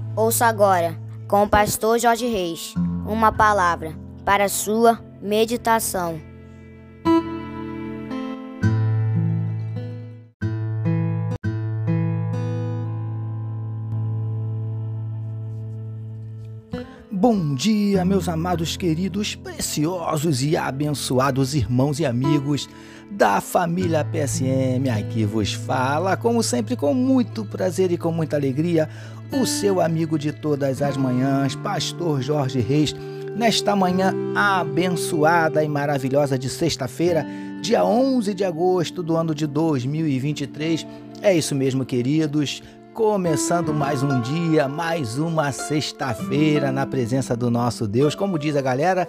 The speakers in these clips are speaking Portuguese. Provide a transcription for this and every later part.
Ouça agora, com o pastor Jorge Reis, uma palavra para a sua meditação. Bom dia, meus amados, queridos, preciosos e abençoados irmãos e amigos da família PSM. Aqui vos fala, como sempre, com muito prazer e com muita alegria, o seu amigo de todas as manhãs, pastor Jorge Reis, nesta manhã abençoada e maravilhosa de sexta-feira, dia 11 de agosto do ano de 2023. É isso mesmo, queridos. Começando mais um dia, mais uma sexta-feira na presença do nosso Deus. Como diz a galera,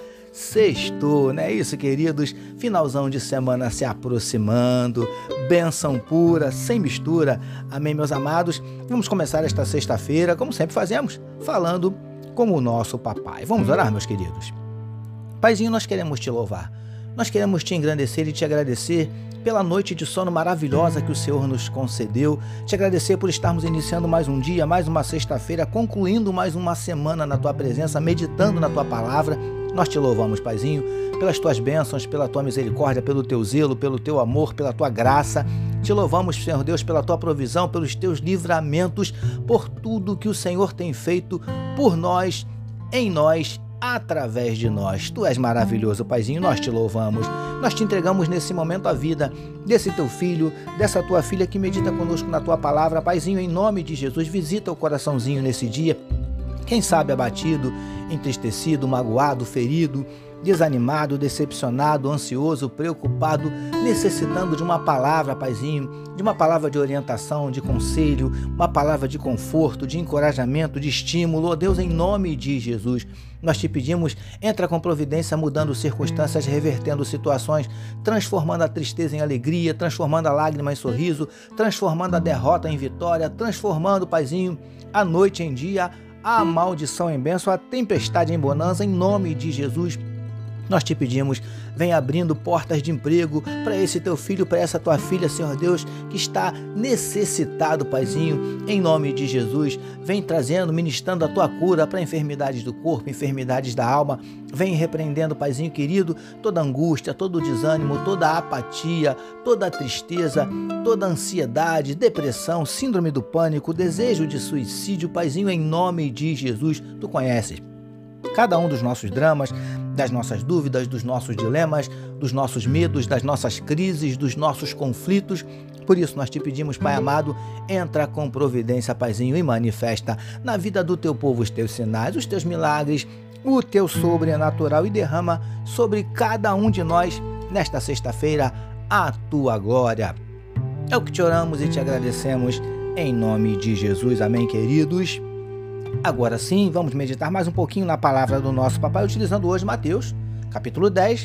sextou, não é isso, queridos? Finalzão de semana se aproximando, bênção pura, sem mistura. Amém, meus amados? Vamos começar esta sexta-feira, como sempre fazemos, falando com o nosso papai. Vamos orar, meus queridos? Paizinho, nós queremos te louvar. Nós queremos te engrandecer e te agradecer pela noite de sono maravilhosa que o Senhor nos concedeu, te agradecer por estarmos iniciando mais um dia, mais uma sexta-feira, concluindo mais uma semana na tua presença, meditando na tua palavra. Nós te louvamos, Paizinho, pelas tuas bênçãos, pela tua misericórdia, pelo teu zelo, pelo teu amor, pela tua graça. Te louvamos, Senhor Deus, pela tua provisão, pelos teus livramentos, por tudo que o Senhor tem feito por nós, em nós, através de nós. Tu és maravilhoso, Paizinho, nós te louvamos. Nós te entregamos nesse momento a vida desse teu filho, dessa tua filha que medita conosco na tua palavra. Paizinho, em nome de Jesus, visita o coraçãozinho nesse dia. Quem sabe abatido, entristecido, magoado, ferido, desanimado, decepcionado, ansioso, preocupado, necessitando de uma palavra, Paizinho, de uma palavra de orientação, de conselho, uma palavra de conforto, de encorajamento, de estímulo. Ó Deus, em nome de Jesus, nós te pedimos, entra com providência, mudando circunstâncias, revertendo situações, transformando a tristeza em alegria, transformando a lágrima em sorriso, transformando a derrota em vitória, transformando, Paizinho, a noite em dia, a maldição em bênção, a tempestade em bonança, em nome de Jesus. Nós te pedimos, vem abrindo portas de emprego para esse teu filho, para essa tua filha, Senhor Deus, que está necessitado, Paizinho, em nome de Jesus. Vem trazendo, ministrando a tua cura para enfermidades do corpo, enfermidades da alma. Vem repreendendo, Paizinho querido, toda angústia, todo desânimo, toda apatia, toda tristeza, toda ansiedade, depressão, síndrome do pânico, desejo de suicídio, Paizinho, em nome de Jesus. Tu conheces cada um dos nossos dramas, das nossas dúvidas, dos nossos dilemas, dos nossos medos, das nossas crises, dos nossos conflitos. Por isso nós te pedimos, Pai amado, entra com providência, Paizinho, e manifesta na vida do teu povo os teus sinais, os teus milagres, o teu sobrenatural, e derrama sobre cada um de nós, nesta sexta-feira, a tua glória. É o que te oramos e te agradecemos, em nome de Jesus. Amém, queridos? Agora sim, vamos meditar mais um pouquinho na palavra do nosso papai, utilizando hoje Mateus, capítulo 10,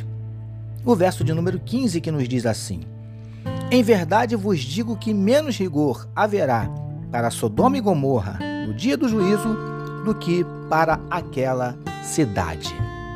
o verso de número 15, que nos diz assim: Em verdade vos digo que menos rigor haverá para Sodoma e Gomorra no dia do juízo do que para aquela cidade.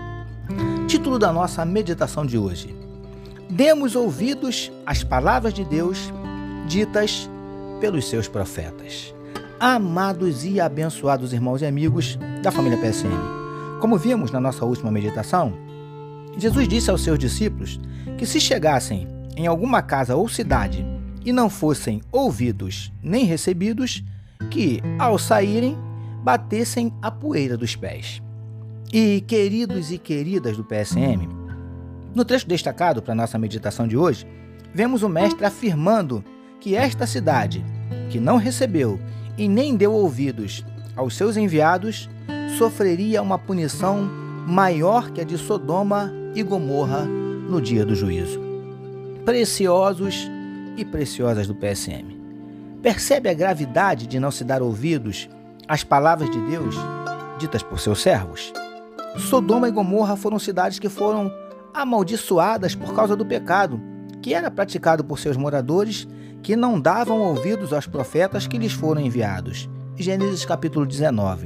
Título da nossa meditação de hoje: Demos ouvidos às palavras de Deus ditas pelos seus profetas. Amados e abençoados irmãos e amigos da família PSM, como vimos na nossa última meditação, Jesus disse aos seus discípulos que se chegassem em alguma casa ou cidade e não fossem ouvidos nem recebidos, que, ao saírem, batessem a poeira dos pés. E, queridos e queridas do PSM, no trecho destacado para a nossa meditação de hoje, vemos o mestre afirmando que esta cidade, que não recebeu e nem deu ouvidos aos seus enviados, sofreria uma punição maior que a de Sodoma e Gomorra no dia do juízo. Preciosos e preciosas do PSM, percebe a gravidade de não se dar ouvidos às palavras de Deus ditas por seus servos? Sodoma e Gomorra foram cidades que foram amaldiçoadas por causa do pecado que era praticado por seus moradores, que não davam ouvidos aos profetas que lhes foram enviados. Gênesis capítulo 19.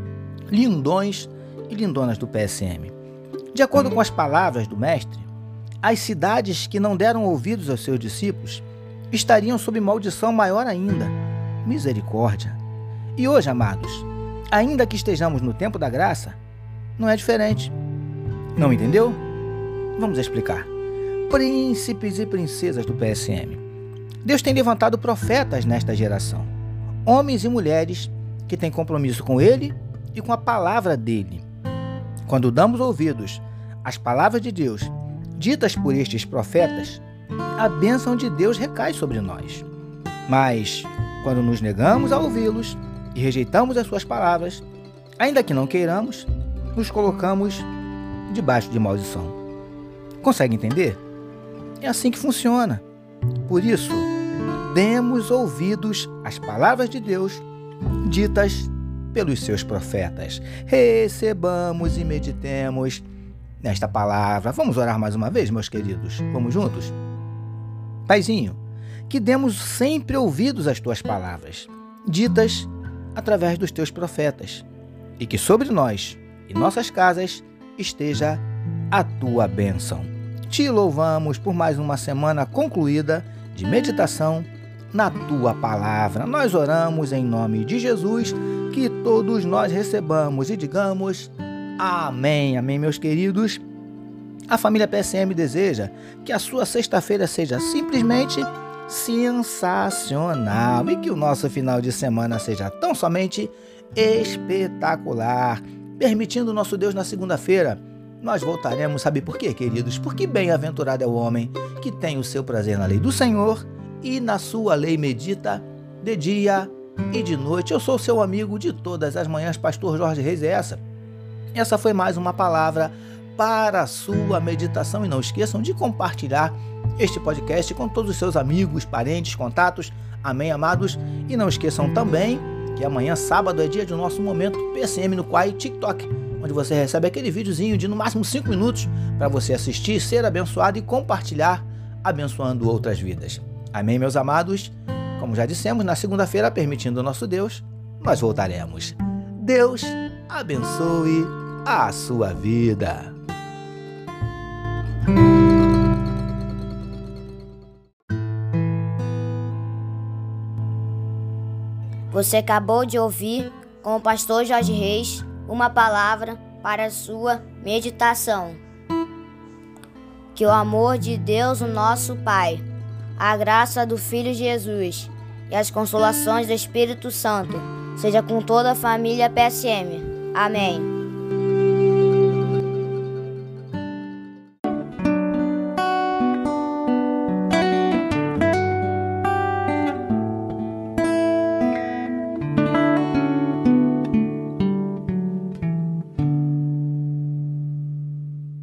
Lindões e lindonas do PSM. De acordo com as palavras do mestre, as cidades que não deram ouvidos aos seus discípulos estariam sob maldição maior ainda. Misericórdia! E hoje, amados, ainda que estejamos no tempo da graça, não é diferente. Não entendeu? Vamos explicar. Príncipes e princesas do PSM. Deus tem levantado profetas nesta geração. Homens e mulheres que têm compromisso com Ele e com a palavra dEle. Quando damos ouvidos às palavras de Deus, ditas por estes profetas, a bênção de Deus recai sobre nós. Mas, quando nos negamos a ouvi-los e rejeitamos as suas palavras, ainda que não queiramos, nos colocamos debaixo de maldição. Consegue entender? É assim que funciona. Por isso, demos ouvidos às palavras de Deus ditas pelos seus profetas. Recebamos e meditemos nesta palavra. Vamos orar mais uma vez, meus queridos? Vamos juntos? Paizinho, que demos sempre ouvidos às tuas palavras, ditas através dos teus profetas, e que sobre nós e nossas casas esteja a tua bênção. Te louvamos por mais uma semana concluída de meditação na tua palavra. Nós oramos em nome de Jesus, que todos nós recebamos e digamos amém. Amém, meus queridos. A família PSM deseja que a sua sexta-feira seja simplesmente sensacional e que o nosso final de semana seja tão somente espetacular. Permitindo nosso Deus, na segunda-feira, nós voltaremos. Sabe por quê, queridos? Porque bem-aventurado é o homem que tem o seu prazer na lei do Senhor e na sua lei medita de dia e de noite. Eu sou seu amigo de todas as manhãs, pastor Jorge Reis. Essa foi mais uma palavra para a sua meditação. E não esqueçam de compartilhar este podcast com todos os seus amigos, parentes, contatos. Amém, amados? E não esqueçam também que amanhã, sábado, é dia do nosso momento PSM no Quai TikTok, onde você recebe aquele videozinho de no máximo 5 minutos para você assistir, ser abençoado e compartilhar, abençoando outras vidas. Amém, meus amados? Como já dissemos, na segunda-feira, permitindo o nosso Deus, nós voltaremos. Deus abençoe a sua vida. Você acabou de ouvir, com o pastor Jorge Reis, uma palavra para a sua meditação. Que o amor de Deus, o nosso Pai, a graça do Filho Jesus e as consolações do Espírito Santo seja com toda a família PSM. Amém.